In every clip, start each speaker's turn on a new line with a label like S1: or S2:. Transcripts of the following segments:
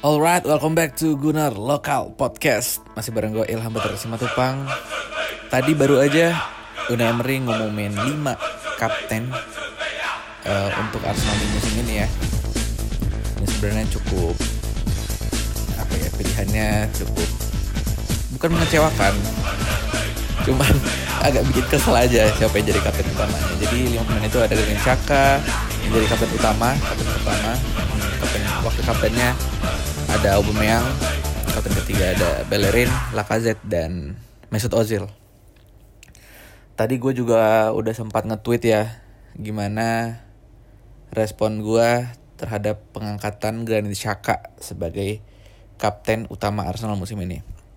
S1: Alright, welcome back to Gunar Lokal Podcast. Masih bareng gue Ilham Batar Simatupang. Tadi baru aja Unai Emery ngumumin 5 kapten untuk Arsenal di musim ini ya. Ini sebenarnya cukup pilihannya cukup bukan mengecewakan, cuman agak bikin kesel aja siapa yang jadi kapten utamanya. Jadi 5 pemain itu ada Granit Xhaka yang jadi kapten pertama. Wakil kaptennya ada Aubameyang, kapten ketiga ada Bellerin, Lacazette, dan Mesut Ozil. Tadi gue juga udah sempat nge-tweet ya, gimana respon gue terhadap pengangkatan Granit Xhaka sebagai kapten utama Arsenal musim ini.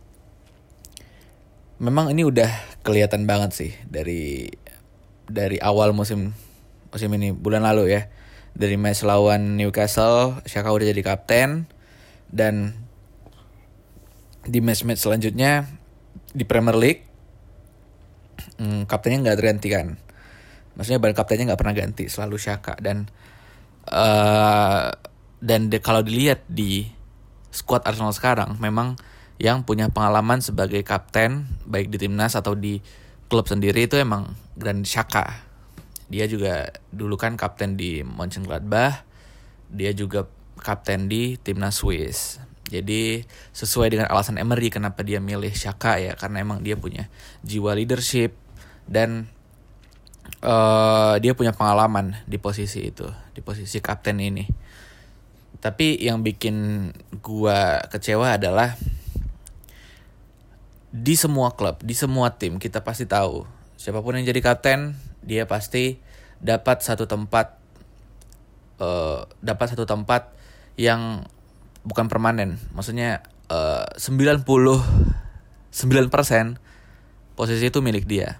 S1: Memang ini udah kelihatan banget sih dari awal musim ini, bulan lalu ya. Dari match lawan Newcastle, Xhaka udah jadi kapten. Dan di match-match selanjutnya di Premier League, kaptennya gak tergantikan. Maksudnya ban kaptennya gak pernah ganti, selalu Xhaka. Dan kalau dilihat di squad Arsenal sekarang, memang yang punya pengalaman sebagai kapten baik di timnas atau di klub sendiri itu emang Granit Xhaka. Dia juga dulu kan kapten di Mönchengladbach. Dia juga kapten di timnas Swiss. Jadi sesuai dengan alasan Emery kenapa dia milih Xhaka ya, karena emang dia punya jiwa leadership dan dia punya pengalaman di posisi itu, di posisi kapten ini. Tapi yang bikin gua kecewa adalah di semua klub, di semua tim kita pasti tahu siapapun yang jadi kapten, dia pasti dapat satu tempat yang bukan permanen. Maksudnya 99% posisi itu milik dia.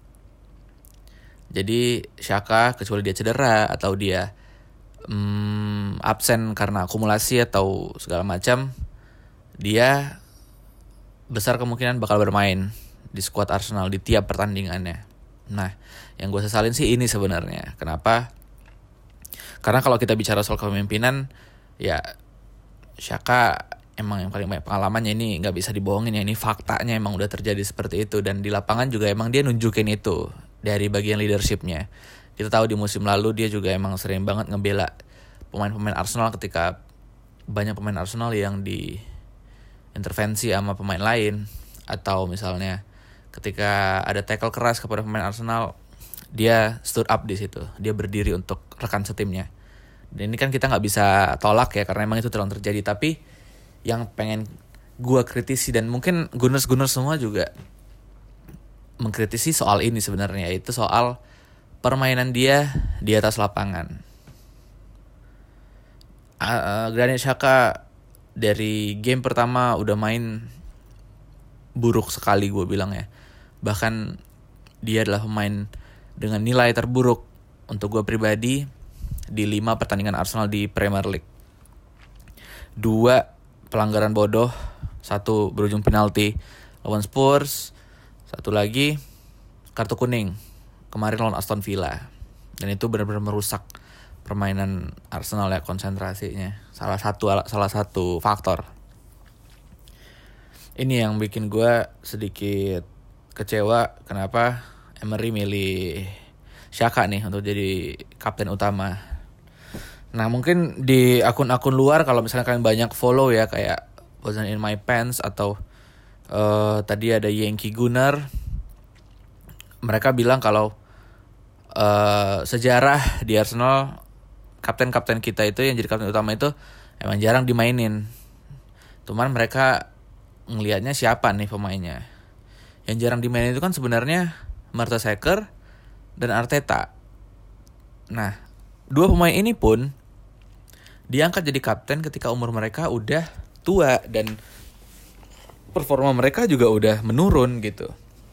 S1: Jadi Xhaka, kecuali dia cedera atau dia absen karena akumulasi atau segala macam, dia besar kemungkinan bakal bermain di skuad Arsenal di tiap pertandingannya. Nah, yang gue sesalin sih ini sebenarnya. Kenapa? Karena kalau kita bicara soal kepemimpinan, ya Xhaka emang yang paling banyak pengalamannya, ini gak bisa dibohongin ya. Ini faktanya emang udah terjadi seperti itu. Dan di lapangan juga emang dia nunjukin itu dari bagian leadershipnya. Kita tahu di musim lalu dia juga emang sering banget ngebela pemain-pemain Arsenal ketika banyak pemain Arsenal yang diintervensi sama pemain lain. Atau misalnya ketika ada tackle keras kepada pemain Arsenal, dia stood up di situ. Dia berdiri untuk rekan setimnya. Dan ini kan kita nggak bisa tolak ya, karena emang itu telah terjadi. Tapi yang pengen gue kritisi, dan mungkin Gunners semua juga mengkritisi soal ini sebenarnya, yaitu soal permainan dia di atas lapangan. Granit Xhaka dari game pertama udah main buruk sekali, gue bilang ya. Bahkan dia adalah pemain dengan nilai terburuk untuk gue pribadi di 5 pertandingan Arsenal di Premier League. 2 pelanggaran bodoh, 1 berujung penalti lawan Spurs, 1 lagi kartu kuning kemarin lawan Aston Villa. Dan itu benar-benar merusak permainan Arsenal ya, konsentrasinya. Salah satu faktor. Ini yang bikin gue sedikit kecewa kenapa Emery milih Xhaka nih untuk jadi kapten utama. Nah, mungkin di akun-akun luar, kalau misalnya kalian banyak follow ya, kayak Wasn't in My Pants atau tadi ada Yankee Gunner, mereka bilang kalau sejarah di Arsenal, kapten-kapten kita itu yang jadi kapten utama itu emang jarang dimainin. Cuman mereka ngelihatnya siapa nih pemainnya. Yang jarang dimainin itu kan sebenarnya Mertesacker dan Arteta. Nah, 2 pemain ini pun diangkat jadi kapten ketika umur mereka udah tua dan performa mereka juga udah menurun gitu.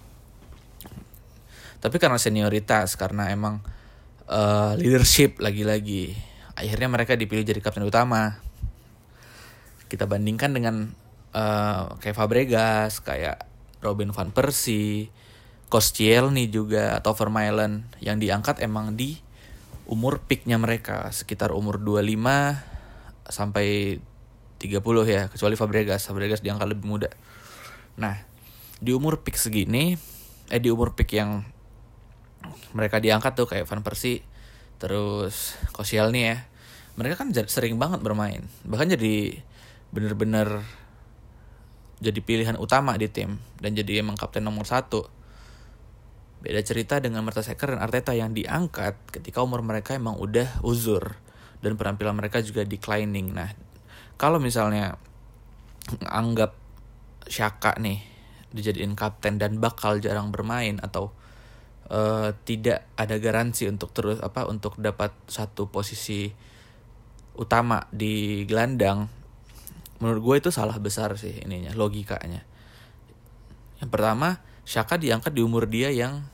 S1: Tapi karena senioritas, karena emang leadership lagi-lagi, akhirnya mereka dipilih jadi kapten utama. Kita bandingkan dengan kayak Fabregas, kayak Robin van Persie, Koscielny juga, atau Vermaelen, yang diangkat emang di umur peaknya mereka, sekitar umur 25 sampai 30 ya, kecuali Fabregas diangkat lebih muda. Nah, di umur peak segini, di umur peak yang mereka diangkat tuh kayak Van Persie, terus Koscielny ya, mereka kan sering banget bermain, bahkan jadi bener-bener jadi pilihan utama di tim dan jadi emang kapten nomor 1. Beda cerita dengan Mertesacker dan Arteta yang diangkat ketika umur mereka emang udah uzur dan penampilan mereka juga declining. Nah, kalau misalnya anggap Xhaka nih dijadiin kapten dan bakal jarang bermain atau tidak ada garansi untuk untuk dapat satu posisi utama di gelandang, menurut gue itu salah besar sih logikanya. Yang pertama, Xhaka diangkat di umur dia yang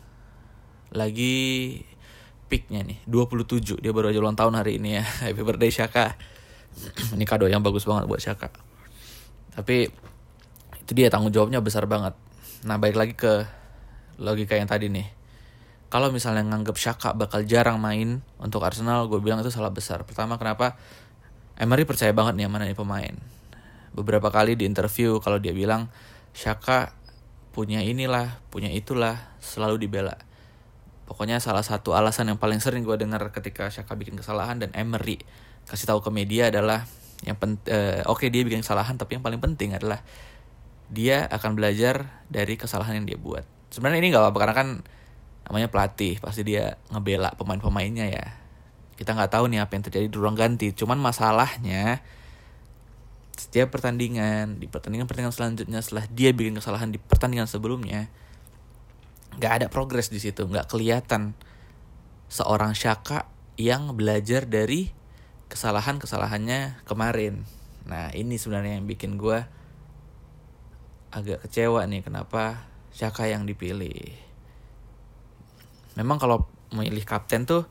S1: lagi peaknya nih, 27. Dia baru aja ulang tahun hari ini ya. Happy birthday Xhaka. Ini kado yang bagus banget buat Xhaka. Tapi itu dia, tanggung jawabnya besar banget. Nah, balik lagi ke logika yang tadi nih. Kalau misalnya nganggep Xhaka bakal jarang main untuk Arsenal, gue bilang itu salah besar. Pertama, kenapa? Emery percaya banget nih mana nih pemain. Beberapa kali di interview kalau dia bilang Xhaka punya inilah, punya itulah, selalu dibela. Pokoknya salah satu alasan yang paling sering gue dengar ketika Xhaka bikin kesalahan dan Emery kasih tahu ke media adalah oke, dia bikin kesalahan, tapi yang paling penting adalah dia akan belajar dari kesalahan yang dia buat. Sebenarnya ini nggak apa-apa karena kan namanya pelatih, pasti dia ngebela pemain-pemainnya ya. Kita nggak tahu nih apa yang terjadi di ruang ganti. Cuman masalahnya setiap pertandingan, di pertandingan selanjutnya setelah dia bikin kesalahan di pertandingan sebelumnya, nggak ada progres di situ, nggak kelihatan seorang Xhaka yang belajar dari kesalahannya kemarin. Nah, ini sebenarnya yang bikin gue agak kecewa nih, kenapa Xhaka yang dipilih. Memang kalau memilih kapten tuh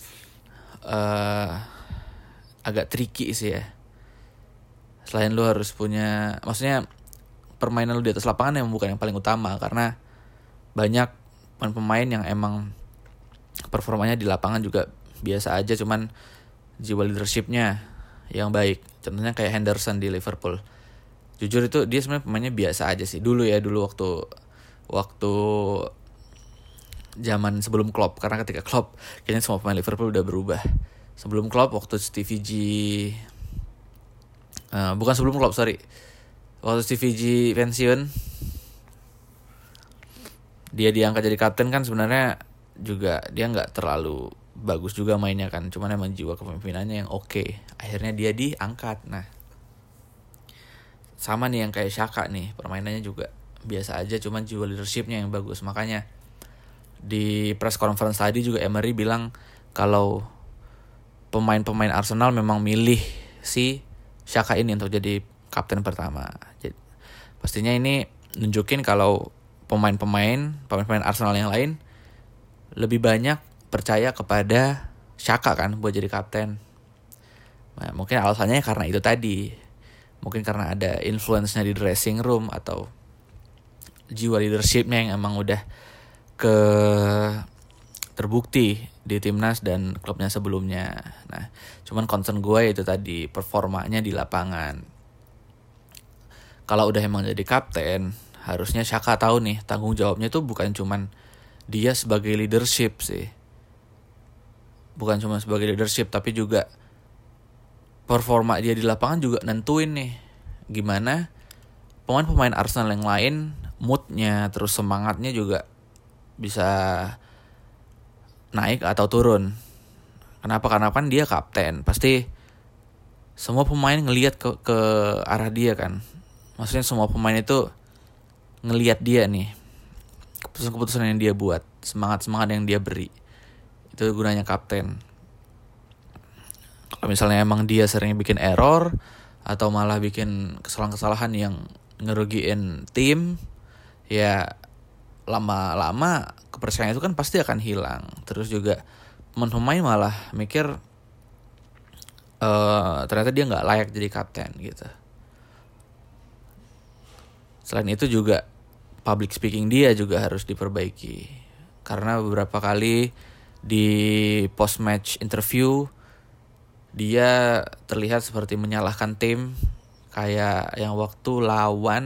S1: agak tricky sih ya. Selain lu harus punya, maksudnya permainan lu di atas lapangan yang bukan yang paling utama, karena banyak pemain yang emang performanya di lapangan juga biasa aja, cuman jiwa leadershipnya yang baik. Contohnya kayak Henderson di Liverpool. Jujur itu dia sebenarnya pemainnya biasa aja sih dulu waktu zaman sebelum Klopp, karena ketika Klopp kayaknya semua pemain Liverpool udah berubah. Sebelum Klopp waktu Stevie G waktu Stevie G pensiun, dia diangkat jadi kapten kan sebenarnya juga dia nggak terlalu bagus juga mainnya kan, cuman emang jiwa kepemimpinannya yang oke. Akhirnya dia diangkat. Nah, sama nih yang kayak Xhaka nih, permainannya juga biasa aja, cuman jiwa leadershipnya yang bagus. Makanya di press conference tadi juga Emery bilang kalau pemain-pemain Arsenal memang milih si Xhaka ini untuk jadi kapten pertama. Jadi, pastinya ini nunjukin kalau pemain-pemain Arsenal yang lain lebih banyak percaya kepada Xhaka kan buat jadi kapten. Nah, mungkin alasannya karena itu tadi. Mungkin karena ada influence-nya di dressing room atau jiwa leadership-nya yang emang udah terbukti di timnas dan klubnya sebelumnya. Nah, cuman concern gue itu tadi, performanya di lapangan. Kalau udah emang jadi kapten, harusnya Xhaka tahu nih tanggung jawabnya tuh bukan cuman dia sebagai leadership sih. Bukan cuma sebagai leadership, tapi juga performa dia di lapangan juga nentuin nih gimana pemain-pemain Arsenal yang lain moodnya, terus semangatnya juga bisa naik atau turun. Kenapa? Karena kan dia kapten, pasti semua pemain ngelihat ke arah dia kan. Maksudnya semua pemain itu ngelihat dia nih, keputusan-keputusan yang dia buat, semangat-semangat yang dia beri. Itu gunanya kapten. Kalau misalnya emang dia sering bikin error atau malah bikin kesalahan-kesalahan yang ngerugiin tim, ya lama-lama kepercayaan itu kan pasti akan hilang. Terus juga pemain malah mikir ternyata dia nggak layak jadi kapten gitu. Selain itu juga public speaking dia juga harus diperbaiki, karena beberapa kali di post match interview dia terlihat seperti menyalahkan tim kayak yang waktu lawan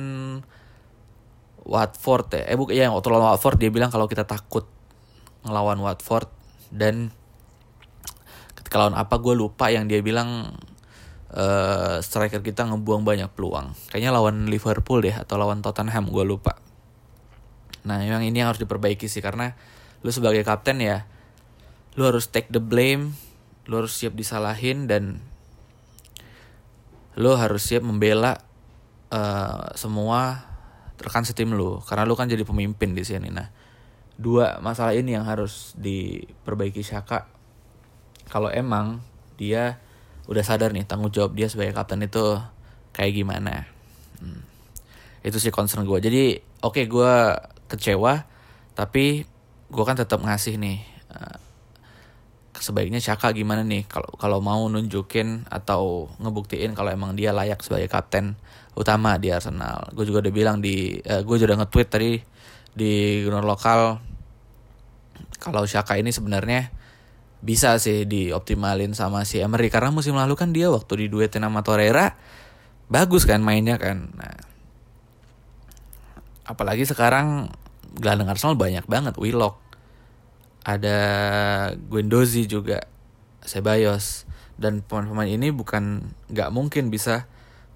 S1: Watford ya. Yang waktu lawan Watford dia bilang kalau kita takut ngelawan Watford, dan ketika lawan apa gue lupa yang dia bilang striker kita ngebuang banyak peluang. Kayaknya lawan Liverpool deh atau lawan Tottenham, gue lupa. Nah, memang ini yang harus diperbaiki sih, karena lu sebagai kapten ya, lu harus take the blame, lu harus siap disalahin, dan lu harus siap membela semua rekan setim lu, karena lu kan jadi pemimpin di sini. Nah, dua masalah ini yang harus diperbaiki Xhaka kalau emang dia udah sadar nih tanggung jawab dia sebagai kapten itu kayak gimana. Itu sih concern gue. Jadi oke, gue kecewa, tapi gue kan tetap ngasih nih sebaiknya Xhaka gimana nih kalau mau nunjukin atau ngebuktiin kalau emang dia layak sebagai kapten utama di Arsenal. Gue juga udah bilang gue juga udah nge-tweet tadi di Gunner Lokal kalau Xhaka ini sebenarnya bisa sih dioptimalin sama si Emery, karena musim lalu kan dia waktu diduetin sama Torreira bagus kan mainnya kan. Nah, apalagi sekarang gelandang Arsenal banyak banget, Willock, ada Guendouzi juga, Ceballos, dan pemain-pemain ini bukan nggak mungkin bisa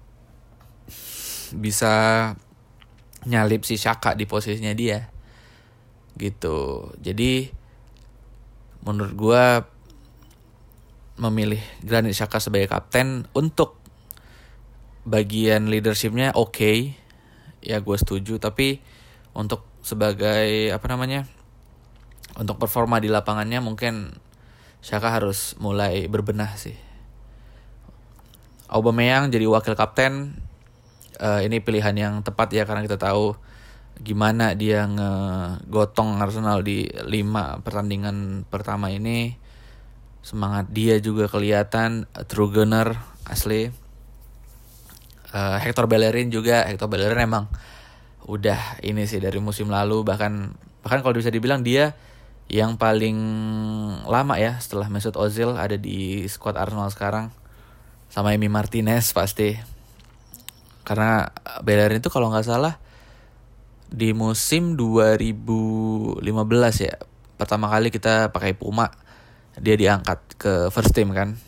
S1: nyalip si Xhaka di posisinya dia gitu. Jadi menurut gue memilih Granit Xhaka sebagai kapten untuk bagian leadershipnya oke, ya gue setuju, tapi untuk sebagai untuk performa di lapangannya mungkin Xhaka harus mulai berbenah sih. Aubameyang jadi wakil kapten, ini pilihan yang tepat ya, karena kita tahu gimana dia ngegotong Arsenal di 5 pertandingan pertama ini. Semangat dia juga kelihatan, true gunner asli. Hector Bellerin emang udah ini sih dari musim lalu, bahkan kalau bisa dibilang dia yang paling lama ya setelah Mesut Ozil ada di skuad Arsenal sekarang, sama Emi Martinez pasti. Karena Bellerin itu kalau nggak salah di musim 2015 ya, pertama kali kita pakai Puma, dia diangkat ke first team kan.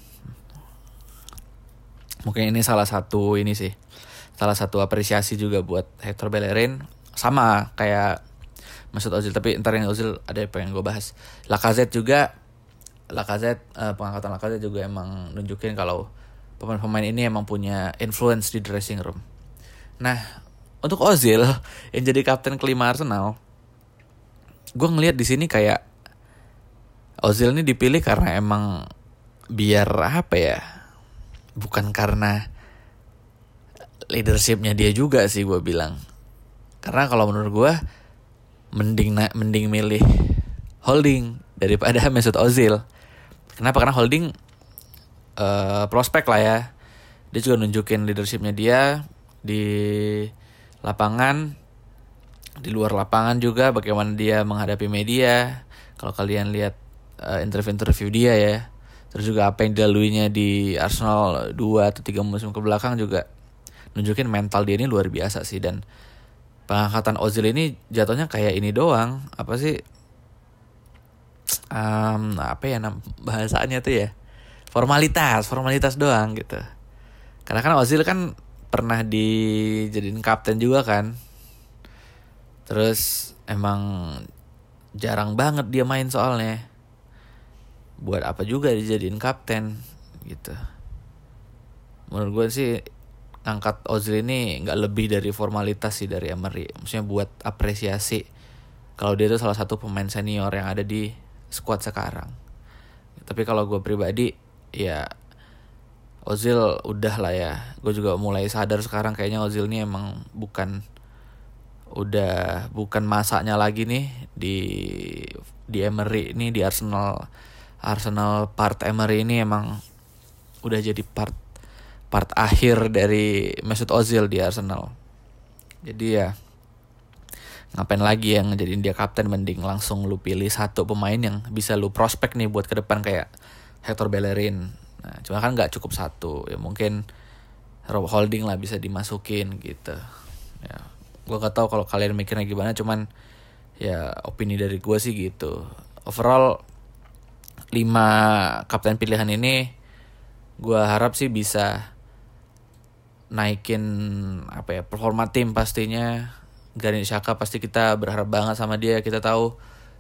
S1: Mungkin ini salah satu apresiasi juga buat Hector Bellerin, sama kayak Mesut Ozil. Tapi ntar yang Ozil ada yang pengen gue bahas. Lacazette, pengangkatan Lacazette juga emang nunjukin kalau pemain-pemain ini emang punya influence di dressing room. Nah, untuk Ozil yang jadi kapten kelima Arsenal, gue ngelihat di sini kayak Ozil ini dipilih karena emang biar bukan karena leadershipnya dia juga sih gue bilang. Karena kalau menurut gue mending milih Holding daripada Mesut Ozil. Kenapa? Karena Holding prospek lah ya. Dia juga nunjukin leadershipnya dia di lapangan, di luar lapangan juga, bagaimana dia menghadapi media. Kalau kalian lihat interview dia ya, terus juga apa yang dilaluinya di Arsenal 2 atau 3 musim ke belakang juga nunjukin mental dia ini luar biasa sih. Dan pengangkatan Ozil ini jatuhnya kayak ini doang, bahasanya tuh ya, formalitas doang gitu. Karena kan Ozil kan pernah dijadiin kapten juga kan. Terus emang jarang banget dia main soalnya. Buat apa juga dijadiin kapten gitu. Menurut gue sih angkat Ozil ini gak lebih dari formalitas sih dari Emery. Maksudnya buat apresiasi kalau dia itu salah satu pemain senior yang ada di skuad sekarang. Tapi kalau gue pribadi ya Ozil udah lah ya. Gue juga mulai sadar sekarang kayaknya Ozil ini emang bukan masanya lagi nih di Emery ini, di Arsenal part Emery ini emang udah jadi part akhir dari Mesut Ozil di Arsenal. Jadi ya ngapain lagi yang ngejadiin dia kapten, mending langsung lu pilih satu pemain yang bisa lu prospek nih buat ke depan kayak Hector Bellerin. Nah, cuma kan nggak cukup satu, ya mungkin Rob Holding lah bisa dimasukin gitu. Ya, gue gak tahu kalau kalian mikirnya gimana, cuman ya opini dari gue sih gitu. Overall 5 kapten pilihan ini gue harap sih bisa naikin performa tim pastinya. Granit Xhaka pasti kita berharap banget sama dia. Kita tahu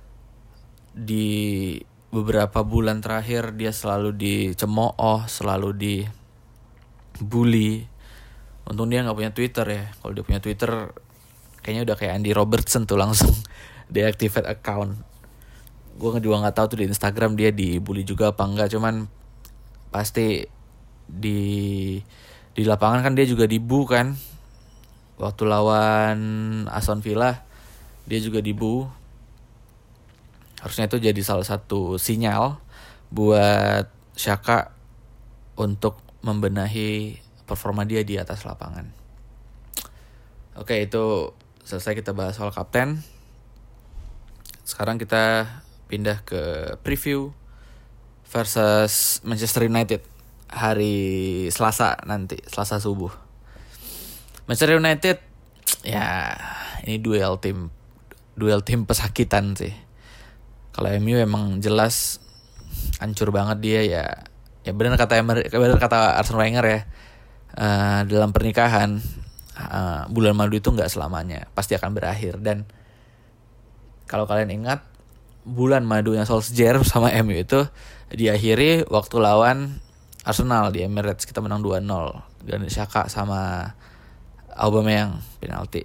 S1: di beberapa bulan terakhir dia selalu dicemooh, selalu dibully. Untung dia nggak punya Twitter ya. Kalau dia punya Twitter kayaknya udah kayak Andy Robertson tuh langsung deactivate account. Gue juga nggak tahu tuh di Instagram dia dibully juga apa enggak. Cuman pasti di lapangan kan dia juga dibu kan. Waktu lawan Aston Villa dia juga dibu. Harusnya itu jadi salah satu sinyal buat Xhaka untuk membenahi performa dia di atas lapangan. Oke, itu selesai kita bahas soal kapten. Sekarang kita pindah ke preview versus Manchester United hari Selasa nanti, Selasa subuh. Manchester United ya ini duel tim pesakitan sih. Kalau MU emang jelas hancur banget dia ya. Ya benar kata Arsene Wenger ya. Dalam pernikahan bulan madu itu nggak selamanya, pasti akan berakhir. Dan kalau kalian ingat bulan madunya Solskjaer sama MU itu diakhiri waktu lawan Arsenal di Emirates, kita menang 2-0. Granit Xhaka sama Aubameyang penalti.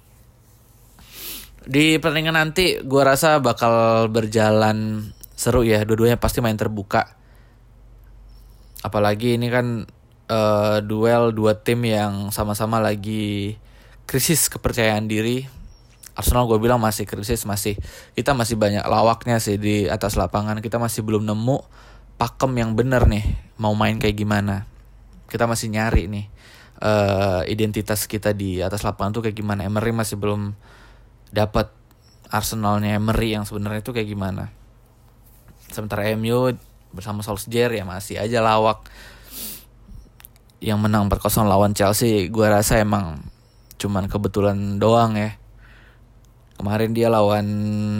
S1: Di pertandingan nanti gue rasa bakal berjalan seru ya. Dua-duanya pasti main terbuka. Apalagi ini kan duel dua tim yang sama-sama lagi krisis kepercayaan diri. Arsenal gue bilang masih krisis, kita masih banyak lawaknya sih di atas lapangan. Kita masih belum nemu pakem yang bener nih mau main kayak gimana. Kita masih nyari nih identitas kita di atas lapangan tuh kayak gimana. Emery masih belum dapat Arsenalnya Emery yang sebenarnya itu kayak gimana. Sementara MU bersama Solskjaer ya masih aja lawak. Yang menang 4-0 lawan Chelsea gue rasa emang cuman kebetulan doang ya. Kemarin dia lawan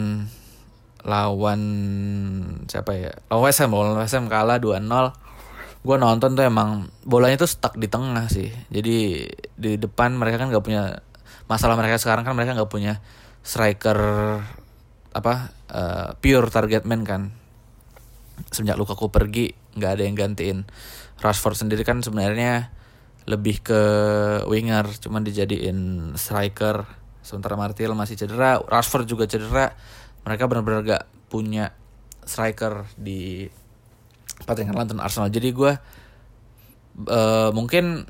S1: siapa ya? Lawan West Ham kalah 2-0. Gue nonton tuh emang bolanya tuh stuck di tengah sih. Jadi di depan mereka kan gak punya, masalah mereka sekarang kan mereka gak punya striker pure target man kan. Semenjak Lukaku pergi gak ada yang gantiin. Rashford sendiri kan sebenarnya lebih ke winger, cuman dijadiin striker. Sementara Martial masih cedera, Rashford juga cedera. Mereka benar-benar gak punya striker di pertandingan London Arsenal. Jadi gue mungkin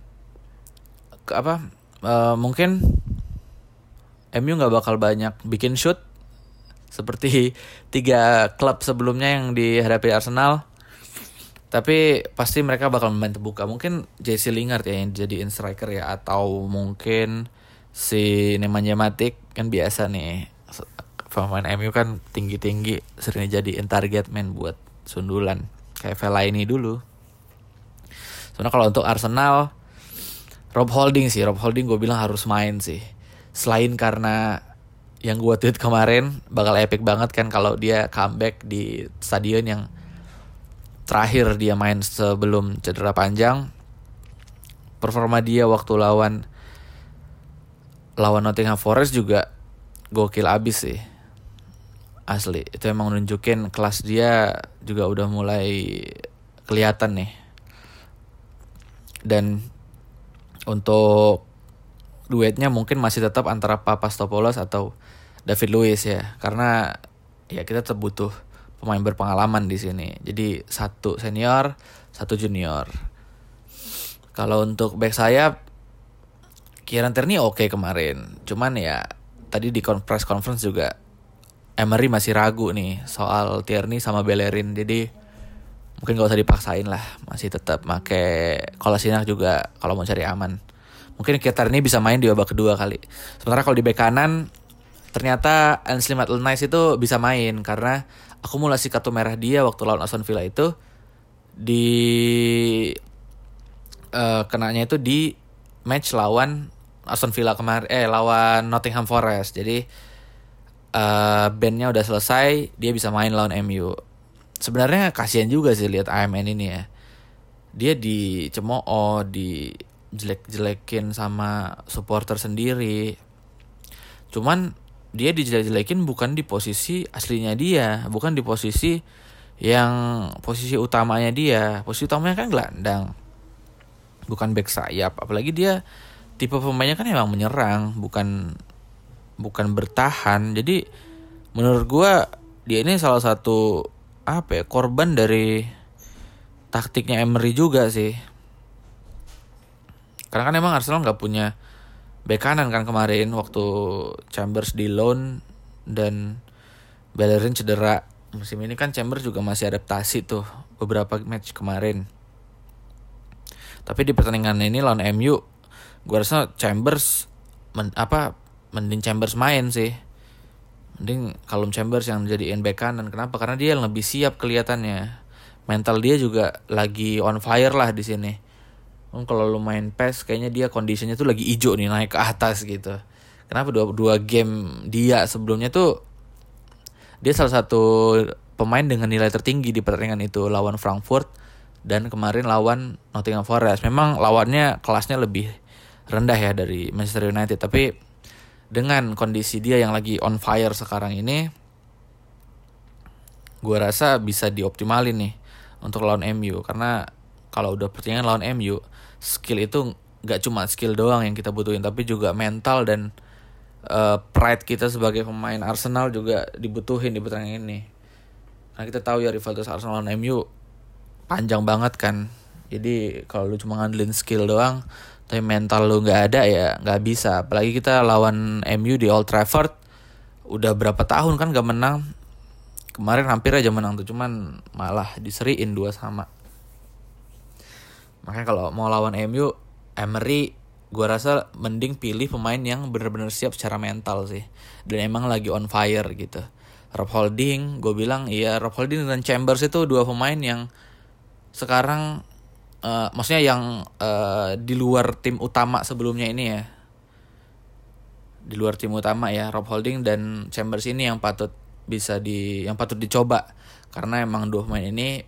S1: MU gak bakal banyak bikin shoot seperti 3 klub sebelumnya yang dihadapi Arsenal. Tapi pasti mereka bakal main terbuka. Mungkin Jesse Lingard ya yang jadiin striker ya. Atau mungkin si Nemanja Matic. Kan biasa nih pemain MU kan tinggi-tinggi, sering jadiin target man buat sundulan. Kayak Fellaini dulu. Soalnya kalau untuk Arsenal, Rob Holding gue bilang harus main sih. Selain karena yang gue tweet kemarin bakal epic banget kan kalau dia comeback di stadion yang terakhir dia main sebelum cedera panjang. Performa dia waktu lawan Nottingham Forest juga gokil abis sih. Asli, itu emang nunjukin kelas dia juga udah mulai kelihatan nih. Dan untuk duetnya mungkin masih tetap antara Papastopoulos atau David Luiz ya. Karena ya kita tetap butuh pemain berpengalaman di sini. Jadi 1 senior, 1 junior. Kalau untuk back sayap, Kieran Tierney oke kemarin. Cuman ya tadi di press conference juga Emery masih ragu nih soal Tierney sama Bellerin. Jadi mungkin gak usah dipaksain lah. Masih tetap pakai Kolasinac juga kalau mau cari aman. Mungkin Tierney bisa main di babak kedua kali. Sementara kalau di bek kanan ternyata Ainsley Maitland-Niles itu bisa main karena akumulasi kartu merah dia waktu lawan Aston Villa itu di kenanya itu di match lawan Aston Villa kemarin, lawan Nottingham Forest. Jadi bandnya udah selesai, dia bisa main lawan MU. Sebenarnya kasihan juga sih lihat AMN ini ya. Dia dicemooh, dijelek-jelekin sama supporter sendiri. Cuman dia dijelek-jelekin bukan di posisi aslinya dia, bukan di posisi yang posisi utamanya dia. Posisi utamanya kan gelandang, bukan back sayap. Apalagi dia tipe pemainnya kan emang menyerang, bukan bertahan. Jadi menurut gue dia ini salah satu korban dari taktiknya Emery juga sih. Karena kan emang Arsenal nggak punya bek kanan kan kemarin waktu Chambers di loan dan Bellerin cedera. Musim ini kan Chambers juga masih adaptasi tuh beberapa match kemarin. Tapi di pertandingan ini lawan MU, gue rasa Chambers mending Chambers main sih. Mending Callum Chambers yang jadiin bek kanan. Kenapa? Karena dia lebih siap kelihatannya. Mental dia juga lagi on fire lah di sini. Kalau lu main PES kayaknya dia kondisinya tuh lagi hijau nih, naik ke atas gitu. Kenapa dua game dia sebelumnya tuh dia salah satu pemain dengan nilai tertinggi di pertandingan itu lawan Frankfurt dan kemarin lawan Nottingham Forest. Memang lawannya kelasnya lebih rendah ya dari Manchester United, tapi dengan kondisi dia yang lagi on fire sekarang ini, gue rasa bisa dioptimalin nih untuk lawan MU. Karena kalau udah pertandingan lawan MU, skill itu gak cuma skill doang yang kita butuhin, tapi juga mental dan pride kita sebagai pemain Arsenal juga dibutuhin di pertandingan ini. Nah kita tahu ya rivalitas Arsenal lawan MU panjang banget kan. Jadi kalau lu cuma ngandelin skill doang tapi mental lu gak ada ya gak bisa. Apalagi kita lawan MU di Old Trafford, udah berapa tahun kan gak menang. Kemarin hampir aja menang tuh, cuman malah diseriin 2-2. Makanya kalau mau lawan MU, Emery gue rasa mending pilih pemain yang benar-benar siap secara mental sih. Dan emang lagi on fire gitu. Rob Holding, gue bilang iya, Rob Holding dan Chambers itu dua pemain yang sekarang maksudnya yang di luar tim utama sebelumnya ini ya. Di luar tim utama ya, Rob Holding dan Chambers ini yang patut dicoba. Karena emang dua pemain ini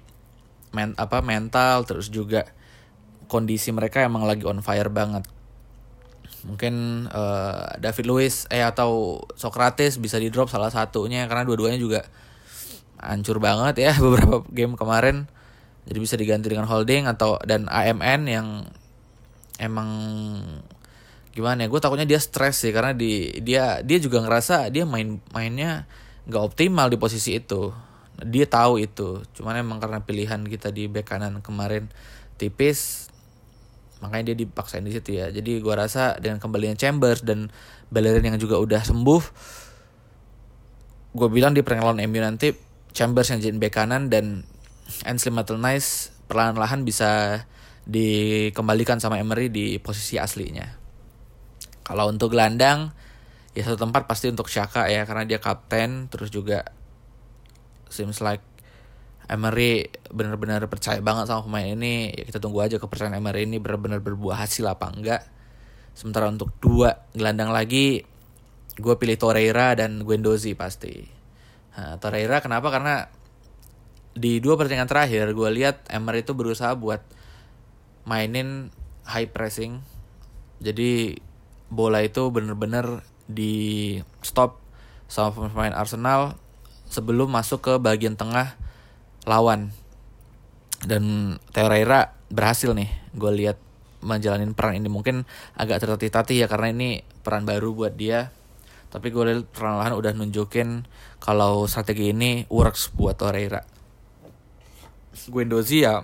S1: mental terus juga kondisi mereka emang lagi on fire banget. Mungkin David Luiz atau Socrates bisa di drop salah satunya karena dua-duanya juga hancur banget ya beberapa game kemarin. Jadi bisa diganti dengan Holding dan AMN yang emang gimana ya, gue takutnya dia stres sih karena dia juga ngerasa dia mainnya nggak optimal di posisi itu. Dia tahu itu, cuman emang karena pilihan kita di bek kanan kemarin tipis, makanya dia dipaksain di situ ya. Jadi gue rasa dengan kembalinya Chambers dan Bellerin yang juga udah sembuh, gue bilang di pertandingan lawan MU nanti Chambers yang jadi bek kanan dan Ainsley Maitland-Niles perlahan-lahan bisa dikembalikan sama Emery di posisi aslinya. Kalau untuk gelandang ya satu tempat pasti untuk Xhaka ya, karena dia kapten. Terus juga seems like Emery benar-benar percaya banget sama pemain ini. Ya kita tunggu aja kepercayaan Emery ini benar-benar berbuah hasil apa enggak. Sementara untuk dua gelandang lagi, gue pilih Torreira dan Guendouzi pasti. Nah, Torreira kenapa? Karena di dua pertandingan terakhir gue lihat Emery itu berusaha buat mainin high pressing. Jadi bola itu benar-benar di stop sama pemain Arsenal sebelum masuk ke bagian tengah lawan. Dan Torreira berhasil nih gue lihat menjalanin peran ini. Mungkin agak tertatih-tatih ya karena ini peran baru buat dia, tapi gue lihat perlahan-lahan udah nunjukin kalau strategi ini works buat Torreira. Guendouzi ya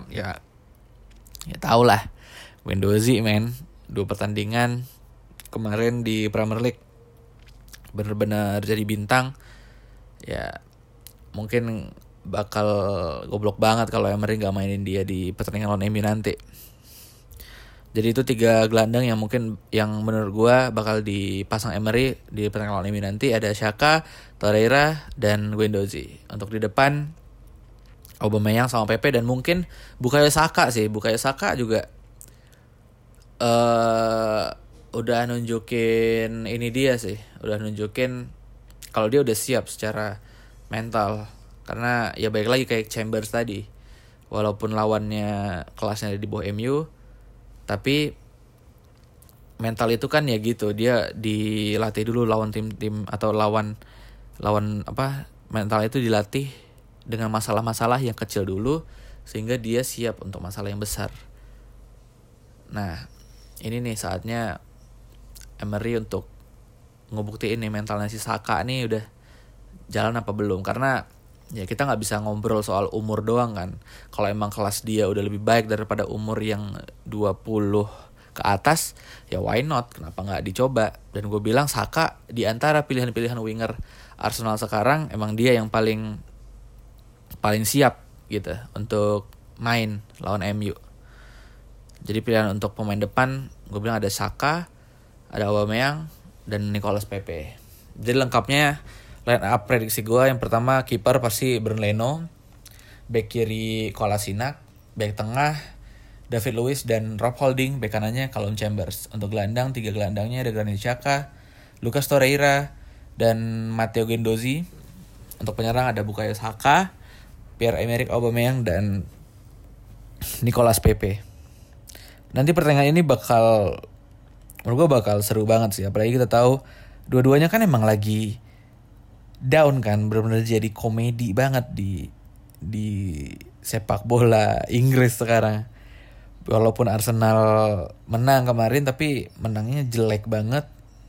S1: tau lah, Guendouzi men, 2 pertandingan kemarin di Premier League bener-bener jadi bintang. Ya mungkin bakal goblok banget kalau Emery gak mainin dia di pertandingan lawan MU nanti. Jadi itu 3 gelandang yang mungkin yang menurut gue bakal dipasang Emery di pertandingan lawan MU nanti. Ada Xhaka, Torreira, dan Guendouzi. Untuk di depan Aubameyang sama Pepe, dan mungkin Bukayo Saka sih. Bukayo Saka juga udah nunjukin ini dia sih, udah nunjukin kalau dia udah siap secara mental. Karena ya balik lagi kayak Chambers tadi, walaupun lawannya kelasnya di bawah MU, tapi mental itu kan ya gitu, dia dilatih dulu lawan tim-tim atau lawan apa, mental itu dilatih dengan masalah-masalah yang kecil dulu sehingga dia siap untuk masalah yang besar. Nah, ini nih saatnya Emery untuk ngebuktiin nih mentalnya si Saka nih udah jalan apa belum. Karena ya kita gak bisa ngobrol soal umur doang kan. Kalau emang kelas dia udah lebih baik daripada umur yang 20 ke atas, ya why not, kenapa gak dicoba. Dan gue bilang Saka di antara pilihan-pilihan winger Arsenal sekarang emang dia yang paling siap gitu untuk main lawan MU. Jadi pilihan untuk pemain depan gue bilang ada Saka, ada Aubameyang, dan Nicolas Pepe. Jadi lengkapnya line up prediksi gue, yang pertama kiper pasti Bernd Leno, back kiri Kolasinac, back tengah David Luiz dan Rob Holding, back kanannya Callum Chambers. Untuk gelandang, 3 gelandangnya ada Granit Xhaka, Lucas Torreira, dan Matteo Guendouzi. Untuk penyerang ada Bukayo Saka, Pierre-Emerick Aubameyang, dan Nicolas Pepe. Nanti pertandingan ini menurut gue bakal seru banget sih. Apalagi kita tahu dua-duanya kan emang lagi down kan, benar-benar jadi komedi banget di sepak bola Inggris sekarang. Walaupun Arsenal menang kemarin, tapi menangnya jelek banget.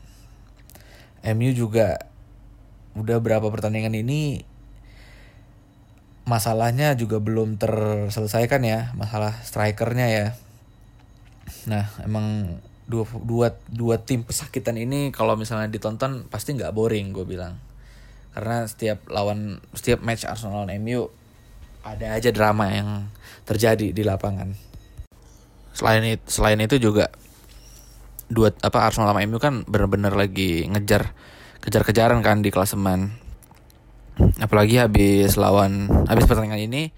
S1: MU juga udah berapa pertandingan ini masalahnya juga belum terselesaikan ya, masalah strikernya ya. Nah, emang dua tim pesakitan ini kalau misalnya ditonton pasti nggak boring, gue bilang. Karena setiap match Arsenal lawan MU ada aja drama yang terjadi di lapangan. Selain itu juga Arsenal sama MU kan benar-benar lagi kejar-kejaran kan di klasemen. Apalagi habis pertandingan ini,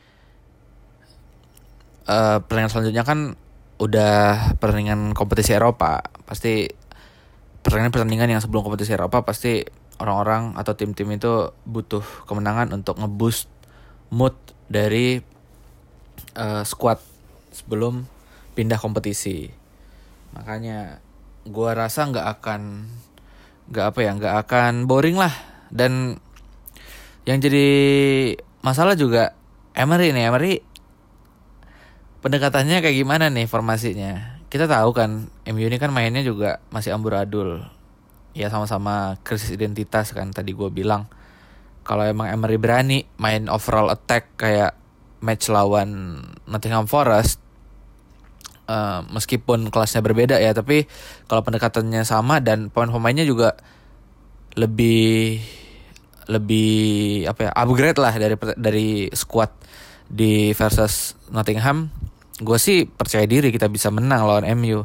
S1: pertandingan selanjutnya kan udah pertandingan kompetisi Eropa. Pasti pertandingan yang sebelum kompetisi Eropa pasti orang-orang atau tim-tim itu butuh kemenangan untuk ngeboost mood dari squad sebelum pindah kompetisi. Makanya gue rasa nggak akan boring lah. Dan yang jadi masalah juga Emery pendekatannya kayak gimana nih formasinya. Kita tahu kan MU ini kan mainnya juga masih amburadul. Ya sama-sama krisis identitas kan. Tadi gue bilang kalau emang Emery berani main overall attack kayak match lawan Nottingham Forest, meskipun kelasnya berbeda ya, tapi kalau pendekatannya sama dan pemain-pemainnya juga lebih upgrade lah dari squad di versus Nottingham, gue sih percaya diri kita bisa menang lawan MU.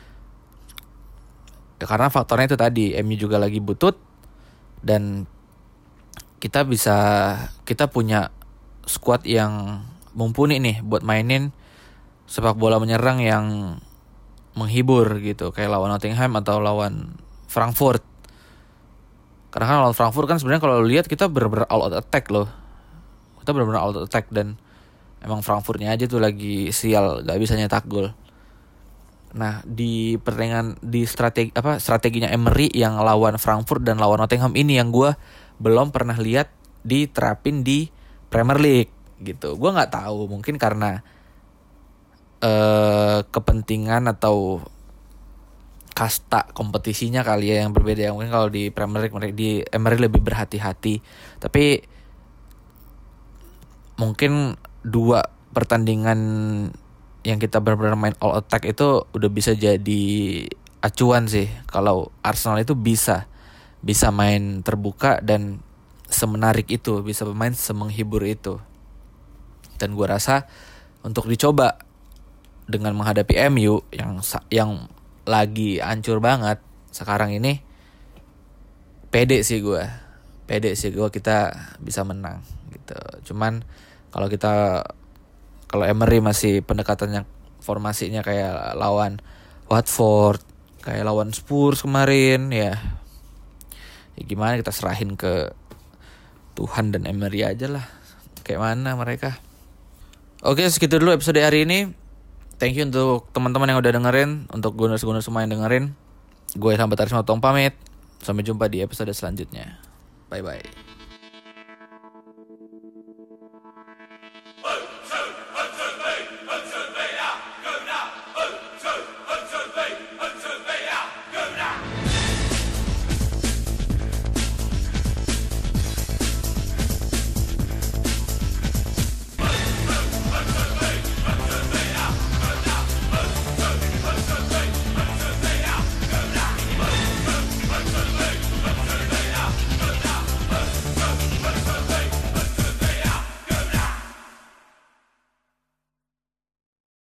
S1: Ya, karena faktornya itu tadi, MU juga lagi butut dan kita punya squad yang mumpuni nih buat mainin sepak bola menyerang yang menghibur gitu, kayak lawan Nottingham atau lawan Frankfurt. Karena kan lawan Frankfurt kan sebenarnya kalau lihat kita benar-benar all out attack loh. Kita benar-benar all out attack dan emang Frankfurtnya aja tuh lagi sial, gak bisa nyetak gol. Nah, di pertandingan strateginya Emery yang lawan Frankfurt dan lawan Nottingham ini yang gue belum pernah lihat diterapin di Premier League gitu. Gue nggak tahu, mungkin karena kepentingan atau kasta kompetisinya kali ya yang berbeda. Mungkin kalau di Premier League di Emery lebih berhati-hati. Tapi mungkin 2 pertandingan yang kita benar-benar main all attack itu udah bisa jadi acuan sih kalau Arsenal itu bisa main terbuka dan semenarik itu, bisa bermain semenghibur itu. Dan gue rasa untuk dicoba dengan menghadapi MU yang lagi hancur banget sekarang ini, pede sih gue kita bisa menang gitu. Cuman kalau Emery masih pendekatannya formasinya kayak lawan Watford, kayak lawan Spurs kemarin ya. Ya gimana, kita serahin ke Tuhan dan Emery aja lah. Kayak mana mereka. Oke, segitu dulu episode hari ini. Thank you untuk teman-teman yang udah dengerin, untuk Gunners semua yang dengerin. Gue Sambat Arisma Tong pamit. Sampai jumpa di episode selanjutnya. Bye bye.